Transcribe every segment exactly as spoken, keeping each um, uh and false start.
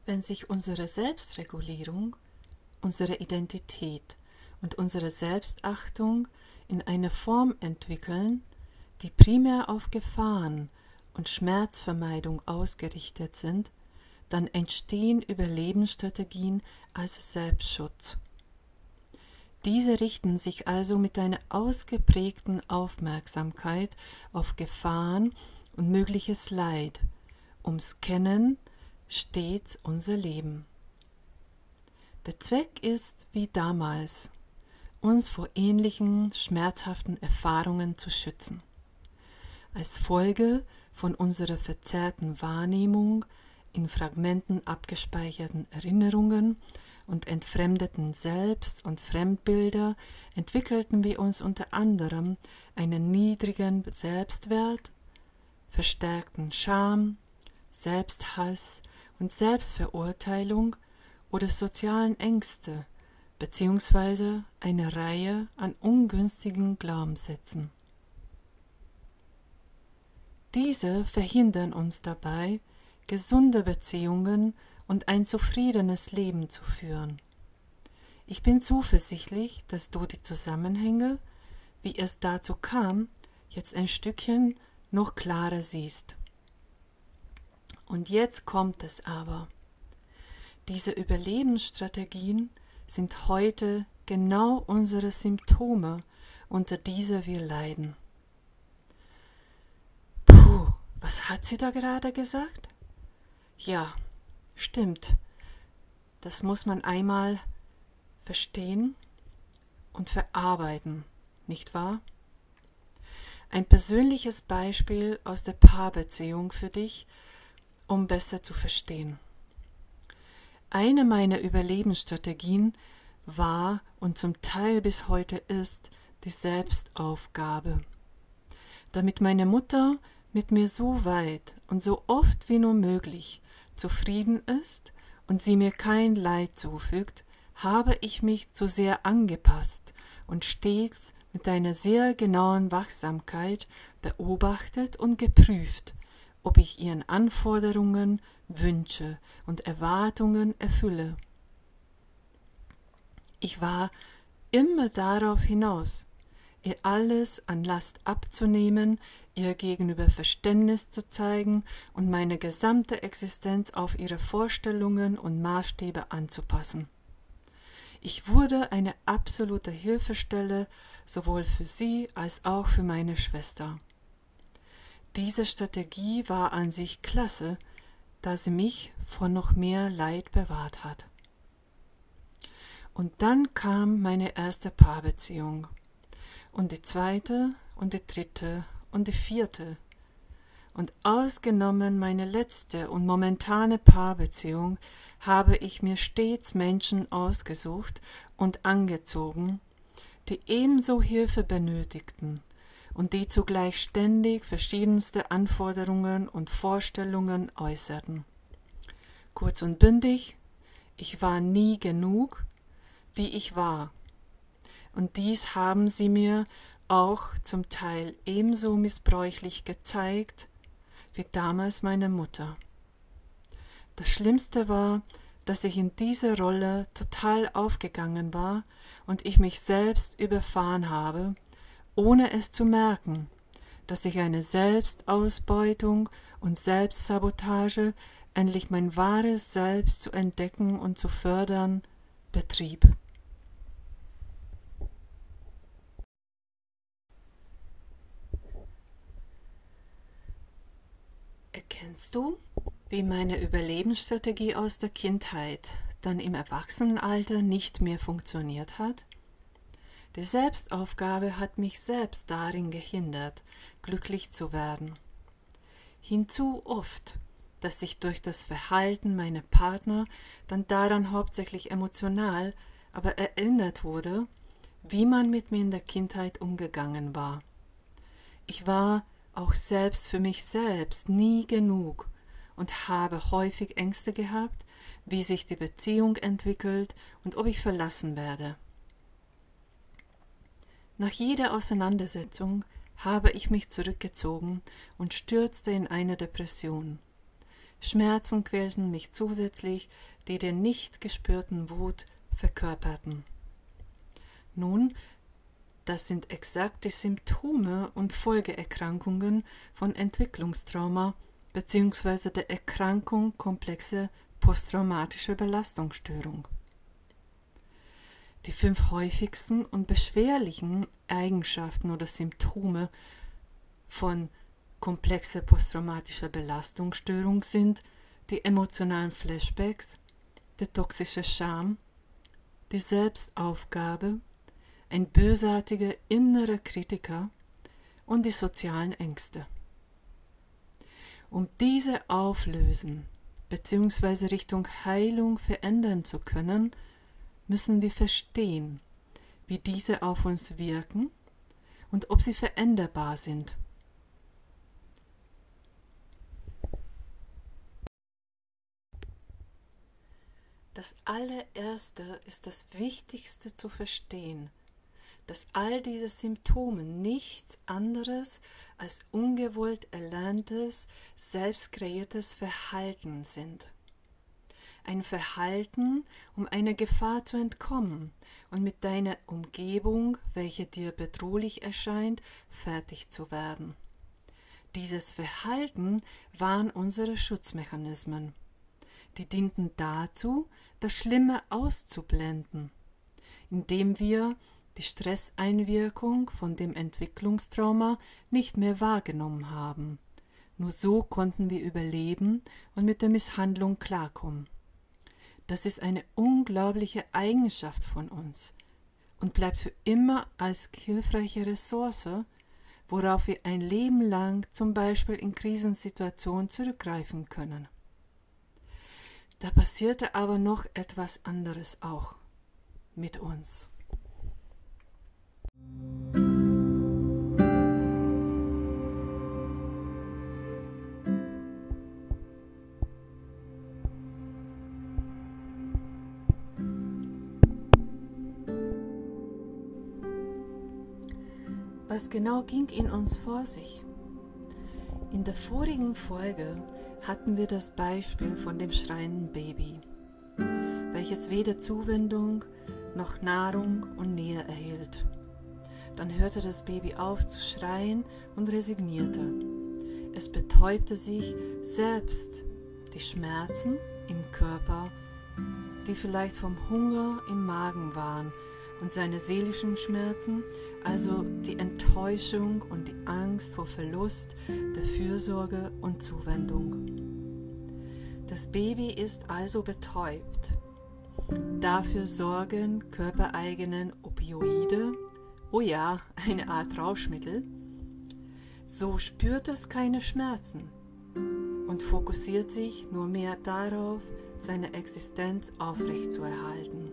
Wenn sich unsere Selbstregulierung, unsere Identität und unsere Selbstachtung in eine Form entwickeln, die primär auf Gefahren und Schmerzvermeidung ausgerichtet sind, dann entstehen Überlebensstrategien als Selbstschutz. Diese richten sich also mit einer ausgeprägten Aufmerksamkeit auf Gefahren und mögliches Leid, umscannen stets unser Leben. Der Zweck ist, wie damals, uns vor ähnlichen schmerzhaften Erfahrungen zu schützen. Als Folge von unserer verzerrten Wahrnehmung in Fragmenten abgespeicherten Erinnerungen und entfremdeten Selbst- und Fremdbilder entwickelten wir uns unter anderem einen niedrigen Selbstwert, verstärkten Scham, Selbsthass und Selbstverurteilung oder sozialen Ängste beziehungsweise eine Reihe an ungünstigen Glaubenssätzen. Diese verhindern uns dabei, gesunde Beziehungen und ein zufriedenes Leben zu führen. Ich bin zuversichtlich, dass du die Zusammenhänge, wie es dazu kam, jetzt ein Stückchen noch klarer siehst. Und jetzt kommt es aber. Diese Überlebensstrategien sind heute genau unsere Symptome, unter dieser wir leiden. Puh, was hat sie da gerade gesagt? Ja, stimmt. Das muss man einmal verstehen und verarbeiten, nicht wahr? Ein persönliches Beispiel aus der Paarbeziehung für dich, um besser zu verstehen. Eine meiner Überlebensstrategien war und zum Teil bis heute ist die Selbstaufgabe. Damit meine Mutter mit mir so weit und so oft wie nur möglich zufrieden ist und sie mir kein Leid zufügt, habe ich mich zu sehr angepasst und stets mit einer sehr genauen Wachsamkeit beobachtet und geprüft, ob ich ihren Anforderungen, Wünsche und Erwartungen erfülle. Ich war immer darauf hinaus, ihr alles an Last abzunehmen, ihr gegenüber Verständnis zu zeigen und meine gesamte Existenz auf ihre Vorstellungen und Maßstäbe anzupassen. Ich wurde eine absolute Hilfestelle sowohl für sie als auch für meine Schwester. Diese Strategie war an sich klasse, da sie mich vor noch mehr Leid bewahrt hat. Und dann kam meine erste Paarbeziehung und die zweite und die dritte und die vierte. Und ausgenommen meine letzte und momentane Paarbeziehung habe ich mir stets Menschen ausgesucht und angezogen, die ebenso Hilfe benötigten und die zugleich ständig verschiedenste Anforderungen und Vorstellungen äußerten. Kurz und bündig, ich war nie genug, wie ich war. Und dies haben sie mir auch zum Teil ebenso missbräuchlich gezeigt wie damals meine Mutter. Das Schlimmste war, dass ich in diese Rolle total aufgegangen war und ich mich selbst überfahren habe, ohne es zu merken, dass ich eine Selbstausbeutung und Selbstsabotage, endlich mein wahres Selbst zu entdecken und zu fördern, betrieb. Erkennst du, wie meine Überlebensstrategie aus der Kindheit dann im Erwachsenenalter nicht mehr funktioniert hat? Die Selbstaufgabe hat mich selbst darin gehindert, glücklich zu werden. Hinzu oft, dass ich durch das Verhalten meiner Partner dann daran hauptsächlich emotional, aber erinnert wurde, wie man mit mir in der Kindheit umgegangen war. Ich war auch selbst für mich selbst nie genug und habe häufig Ängste gehabt, wie sich die Beziehung entwickelt und ob ich verlassen werde. Nach jeder Auseinandersetzung habe ich mich zurückgezogen und stürzte in eine Depression. Schmerzen quälten mich zusätzlich, die den nicht gespürten Wut verkörperten. Nun, das sind exakt die Symptome und Folgeerkrankungen von Entwicklungstrauma bzw. der Erkrankung komplexe posttraumatische Belastungsstörung. Die fünf häufigsten und beschwerlichen Eigenschaften oder Symptome von komplexe posttraumatischer Belastungsstörung sind die emotionalen Flashbacks, die toxische Scham, die Selbstaufgabe, ein bösartiger innerer Kritiker und die sozialen Ängste. Um diese auflösen bzw. Richtung Heilung verändern zu können, müssen wir verstehen, wie diese auf uns wirken und ob sie veränderbar sind. Das allererste ist das Wichtigste zu verstehen, dass all diese Symptome nichts anderes als ungewollt erlerntes, selbstkreiertes Verhalten sind. Ein Verhalten, um einer Gefahr zu entkommen und mit deiner Umgebung, welche dir bedrohlich erscheint, fertig zu werden. Dieses Verhalten waren unsere Schutzmechanismen. Die dienten dazu, das Schlimme auszublenden, indem wir die Stresseinwirkung von dem Entwicklungstrauma nicht mehr wahrgenommen haben. Nur so konnten wir überleben und mit der Misshandlung klarkommen. Das ist eine unglaubliche Eigenschaft von uns und bleibt für immer als hilfreiche Ressource, worauf wir ein Leben lang zum Beispiel in Krisensituationen zurückgreifen können. Da passierte aber noch etwas anderes auch mit uns. Was genau ging in uns vor sich? In der vorigen Folge hatten wir das Beispiel von dem schreienden Baby, welches weder Zuwendung noch Nahrung und Nähe erhielt. Dann hörte das Baby auf zu schreien und resignierte. Es betäubte sich selbst die Schmerzen im Körper, die vielleicht vom Hunger im Magen waren, und seine seelischen Schmerzen, also die Enttäuschung und die Angst vor Verlust der Fürsorge und Zuwendung. Das Baby ist also betäubt. Dafür sorgen körpereigenen Opioide, oh ja, eine Art Rauschmittel. So spürt es keine Schmerzen und fokussiert sich nur mehr darauf, seine Existenz aufrechtzuerhalten.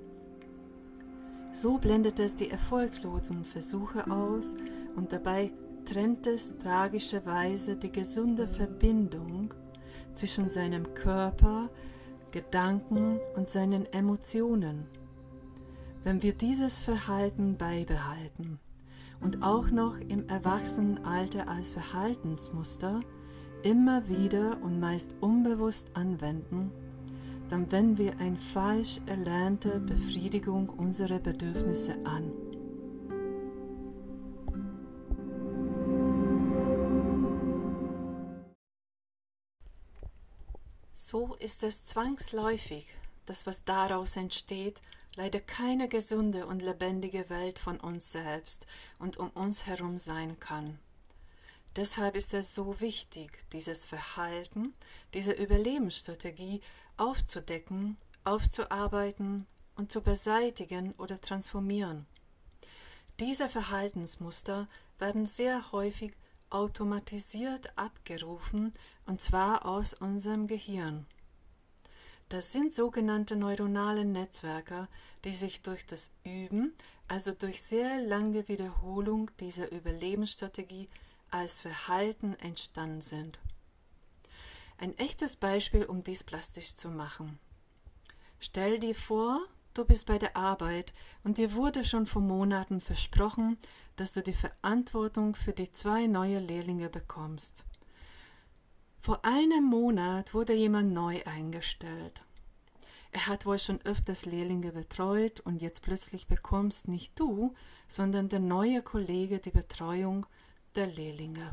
So blendet es die erfolglosen Versuche aus und dabei trennt es tragischerweise die gesunde Verbindung zwischen seinem Körper, Gedanken und seinen Emotionen. Wenn wir dieses Verhalten beibehalten und auch noch im Erwachsenenalter als Verhaltensmuster immer wieder und meist unbewusst anwenden, dann wenden wir eine falsch erlernte Befriedigung unserer Bedürfnisse an. So ist es zwangsläufig, dass was daraus entsteht, leider keine gesunde und lebendige Welt von uns selbst und um uns herum sein kann. Deshalb ist es so wichtig, dieses Verhalten, diese Überlebensstrategie aufzudecken, aufzuarbeiten und zu beseitigen oder transformieren. Diese Verhaltensmuster werden sehr häufig automatisiert abgerufen, und zwar aus unserem Gehirn. Das sind sogenannte neuronale Netzwerke, die sich durch das Üben, also durch sehr lange Wiederholung dieser Überlebensstrategie als Verhalten entstanden sind. Ein echtes Beispiel, um dies plastisch zu machen. Stell dir vor, du bist bei der Arbeit und dir wurde schon vor Monaten versprochen, dass du die Verantwortung für die zwei neue Lehrlinge bekommst. Vor einem Monat wurde jemand neu eingestellt. Er hat wohl schon öfters Lehrlinge betreut und jetzt plötzlich bekommst nicht du, sondern der neue Kollege die Betreuung der Lehrlinge.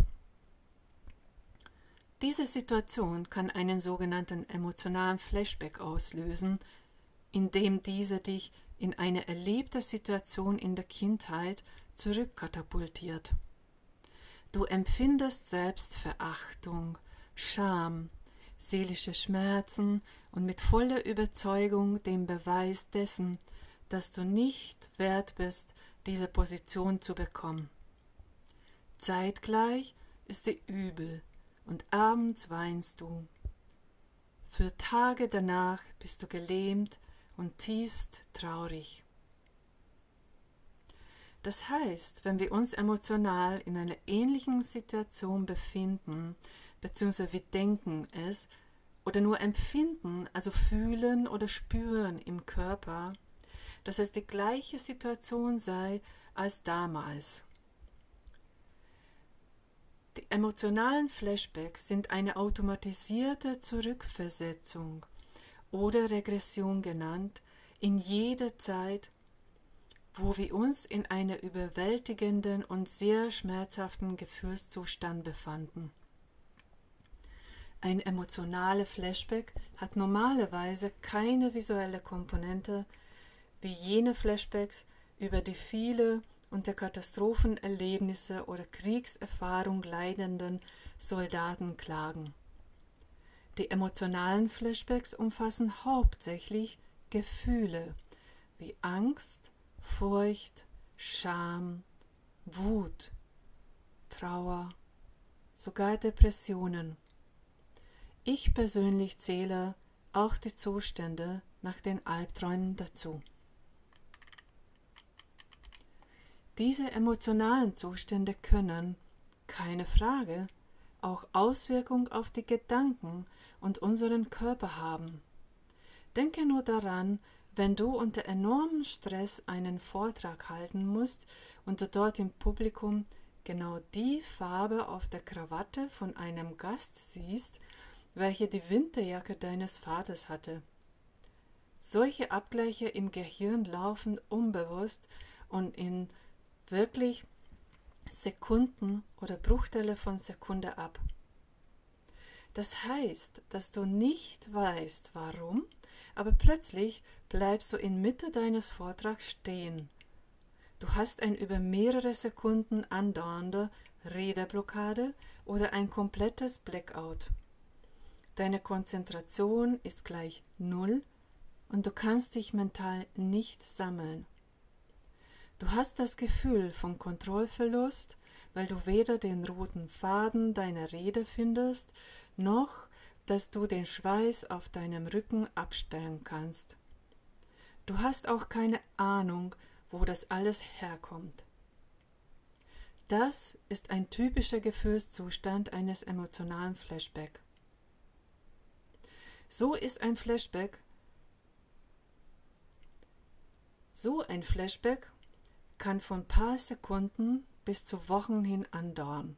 Diese Situation kann einen sogenannten emotionalen Flashback auslösen, indem dieser dich in eine erlebte Situation in der Kindheit zurückkatapultiert. Du empfindest Selbstverachtung, Scham, seelische Schmerzen und mit voller Überzeugung den Beweis dessen, dass du nicht wert bist, diese Position zu bekommen. Zeitgleich ist dir übel und abends weinst du. Für Tage danach bist du gelähmt und tiefst traurig. Das heißt, wenn wir uns emotional in einer ähnlichen Situation befinden, beziehungsweise wir denken es, oder nur empfinden, also fühlen oder spüren im Körper, dass es die gleiche Situation sei als damals. Die emotionalen Flashbacks sind eine automatisierte Zurückversetzung oder Regression genannt in jeder Zeit, wo wir uns in einem überwältigenden und sehr schmerzhaften Gefühlszustand befanden. Ein emotionaler Flashback hat normalerweise keine visuelle Komponente, wie jene Flashbacks, über die viele unter Katastrophenerlebnisse oder Kriegserfahrung leidenden Soldaten klagen. Die emotionalen Flashbacks umfassen hauptsächlich Gefühle wie Angst, Furcht, Scham, Wut, Trauer, sogar Depressionen. Ich persönlich zähle auch die Zustände nach den Albträumen dazu. Diese emotionalen Zustände können, keine Frage, auch Auswirkungen auf die Gedanken und unseren Körper haben. Denke nur daran, wenn du unter enormem Stress einen Vortrag halten musst und du dort im Publikum genau die Farbe auf der Krawatte von einem Gast siehst, welche die Winterjacke deines Vaters hatte. Solche Abgleiche im Gehirn laufen unbewusst und in wirklich Sekunden oder Bruchteile von Sekunde ab. Das heißt, dass du nicht weißt, warum, aber plötzlich bleibst du inmitten deines Vortrags stehen. Du hast ein über mehrere Sekunden andauernde Redeblockade oder ein komplettes Blackout. Deine Konzentration ist gleich null und du kannst dich mental nicht sammeln. Du hast das Gefühl von Kontrollverlust, weil du weder den roten Faden deiner Rede findest, noch dass du den Schweiß auf deinem Rücken abstellen kannst. Du hast auch keine Ahnung, wo das alles herkommt. Das ist ein typischer Gefühlszustand eines emotionalen Flashback. So ist ein Flashback, so ein Flashback kann von paar Sekunden bis zu Wochen hin andauern.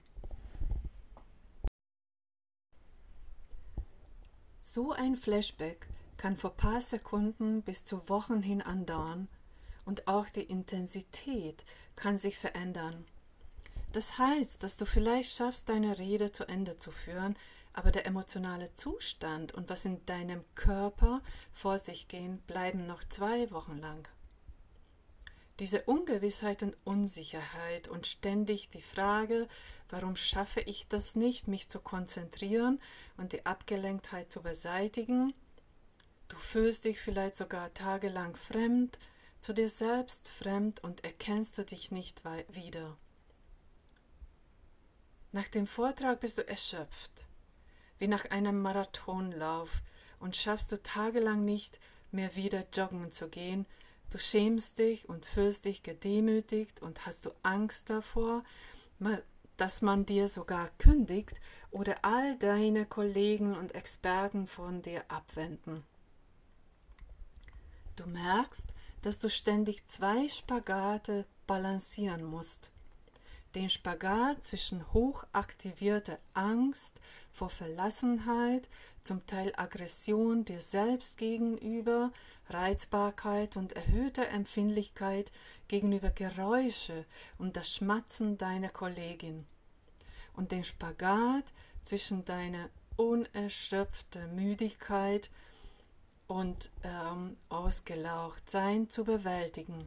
So ein Flashback kann von paar Sekunden bis zu Wochen hin andauern und auch die Intensität kann sich verändern. Das heißt, dass du vielleicht schaffst, deine Rede zu Ende zu führen, aber der emotionale Zustand und was in deinem Körper vor sich geht, bleiben noch zwei Wochen lang. Diese Ungewissheit und Unsicherheit und ständig die Frage, warum schaffe ich das nicht, mich zu konzentrieren und die Abgelenktheit zu beseitigen? Du fühlst dich vielleicht sogar tagelang fremd, zu dir selbst fremd und erkennst du dich nicht wieder. Nach dem Vortrag bist du erschöpft, wie nach einem Marathonlauf, und schaffst du tagelang nicht mehr wieder joggen zu gehen. Du schämst dich und fühlst dich gedemütigt und hast du Angst davor, dass man dir sogar kündigt oder all deine Kollegen und Experten von dir abwenden. Du merkst, dass du ständig zwei Spagate balancieren musst. den Spagat zwischen hochaktivierter Angst vor Verlassenheit, zum Teil Aggression dir selbst gegenüber, Reizbarkeit und erhöhter Empfindlichkeit gegenüber Geräusche und das Schmatzen deiner Kollegin, und den Spagat zwischen deiner unerschöpften Müdigkeit und ähm, Ausgelauchtsein zu bewältigen.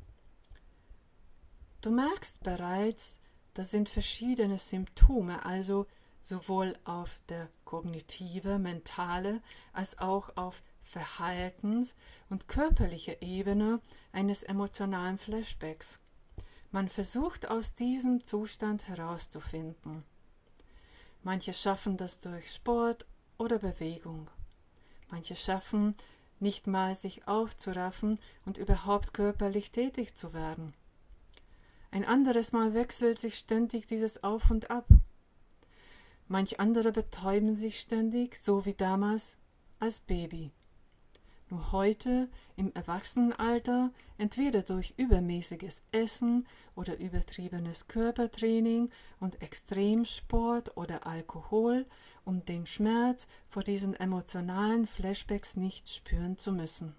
Du merkst bereits, das sind verschiedene Symptome, also sowohl auf der kognitive, mentale als auch auf Verhaltens- und körperlicher Ebene eines emotionalen Flashbacks. Man versucht aus diesem Zustand herauszufinden. Manche schaffen das durch Sport oder Bewegung. Manche schaffen nicht mal, sich aufzuraffen und überhaupt körperlich tätig zu werden. Ein anderes Mal wechselt sich ständig dieses Auf und Ab. Manch andere betäuben sich ständig, so wie damals als Baby. Nur heute, im Erwachsenenalter, entweder durch übermäßiges Essen oder übertriebenes Körpertraining und Extremsport oder Alkohol, um den Schmerz vor diesen emotionalen Flashbacks nicht spüren zu müssen.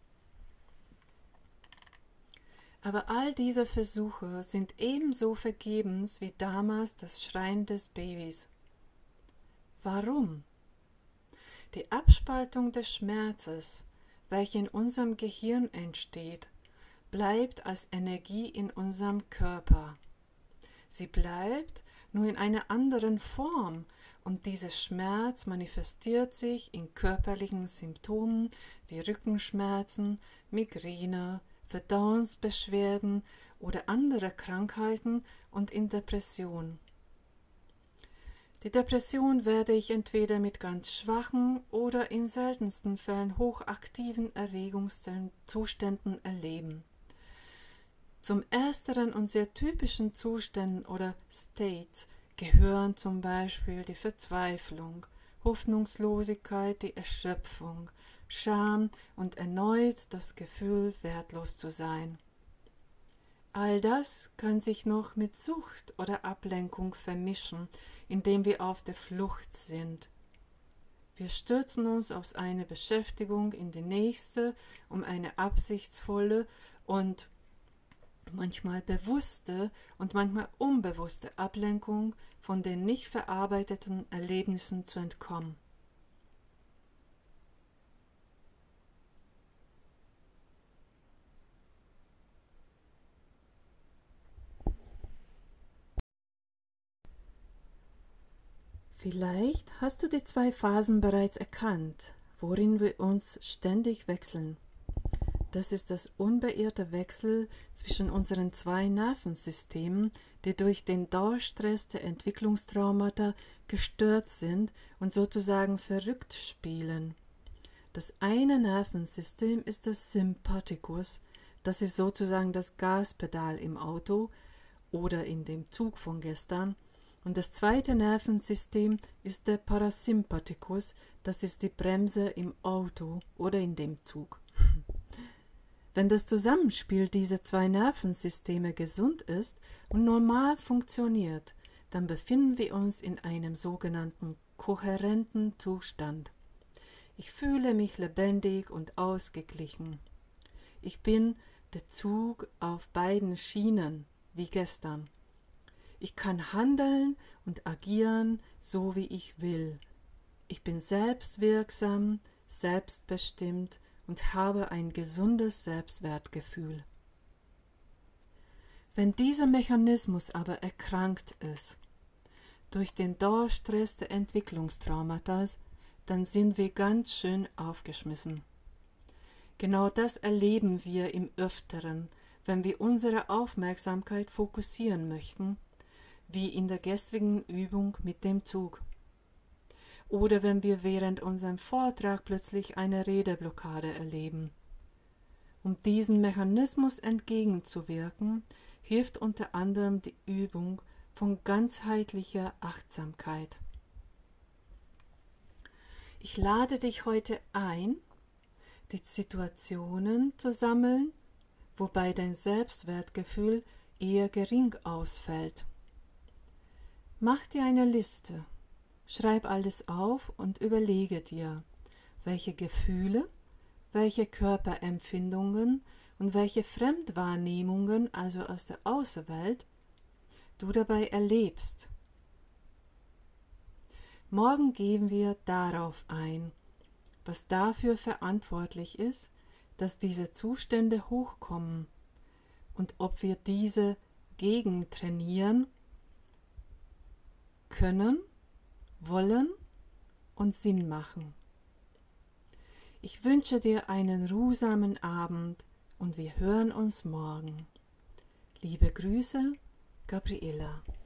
Aber all diese Versuche sind ebenso vergebens wie damals das Schreien des Babys. Warum? Die Abspaltung des Schmerzes, welche in unserem Gehirn entsteht, bleibt als Energie in unserem Körper. Sie bleibt nur in einer anderen Form, und dieser Schmerz manifestiert sich in körperlichen Symptomen wie Rückenschmerzen, Migräne, Verdauungsbeschwerden oder andere Krankheiten und in Depression. Die Depression werde ich entweder mit ganz schwachen oder in seltensten Fällen hochaktiven Erregungszuständen erleben. Zum ersteren und sehr typischen Zuständen oder States gehören zum Beispiel die Verzweiflung, Hoffnungslosigkeit, die Erschöpfung, Scham und erneut das Gefühl, wertlos zu sein. All das kann sich noch mit Sucht oder Ablenkung vermischen, indem wir auf der Flucht sind. Wir stürzen uns aus einer Beschäftigung in die nächste, um eine absichtsvolle und manchmal bewusste und manchmal unbewusste Ablenkung von den nicht verarbeiteten Erlebnissen zu entkommen. Vielleicht hast du die zwei Phasen bereits erkannt, worin wir uns ständig wechseln. Das ist das unbeirrte Wechsel zwischen unseren zwei Nervensystemen, die durch den Dauerstress der Entwicklungstraumata gestört sind und sozusagen verrückt spielen. Das eine Nervensystem ist das Sympathikus, das ist sozusagen das Gaspedal im Auto oder in dem Zug von gestern, und das zweite Nervensystem ist der Parasympathikus, das ist die Bremse im Auto oder in dem Zug. Wenn das Zusammenspiel dieser zwei Nervensysteme gesund ist und normal funktioniert, dann befinden wir uns in einem sogenannten kohärenten Zustand. Ich fühle mich lebendig und ausgeglichen. Ich bin der Zug auf beiden Schienen, wie gestern. Ich kann handeln und agieren, so wie ich will. Ich bin selbstwirksam, selbstbestimmt und habe ein gesundes Selbstwertgefühl. Wenn dieser Mechanismus aber erkrankt ist, durch den Dauerstress der Entwicklungstraumata, dann sind wir ganz schön aufgeschmissen. Genau das erleben wir im Öfteren, wenn wir unsere Aufmerksamkeit fokussieren möchten, wie in der gestrigen Übung mit dem Zug. Oder wenn wir während unserem Vortrag plötzlich eine Redeblockade erleben. Um diesem Mechanismus entgegenzuwirken, hilft unter anderem die Übung von ganzheitlicher Achtsamkeit. Ich lade dich heute ein, die Situationen zu sammeln, wobei dein Selbstwertgefühl eher gering ausfällt. Mach dir eine Liste, schreib alles auf und überlege dir, welche Gefühle, welche Körperempfindungen und welche Fremdwahrnehmungen, also aus der Außenwelt, du dabei erlebst. Morgen gehen wir darauf ein, was dafür verantwortlich ist, dass diese Zustände hochkommen und ob wir diese gegentrainieren können, wollen und Sinn machen. Ich wünsche dir einen ruhsamen Abend und wir hören uns morgen. Liebe Grüße, Gabriela.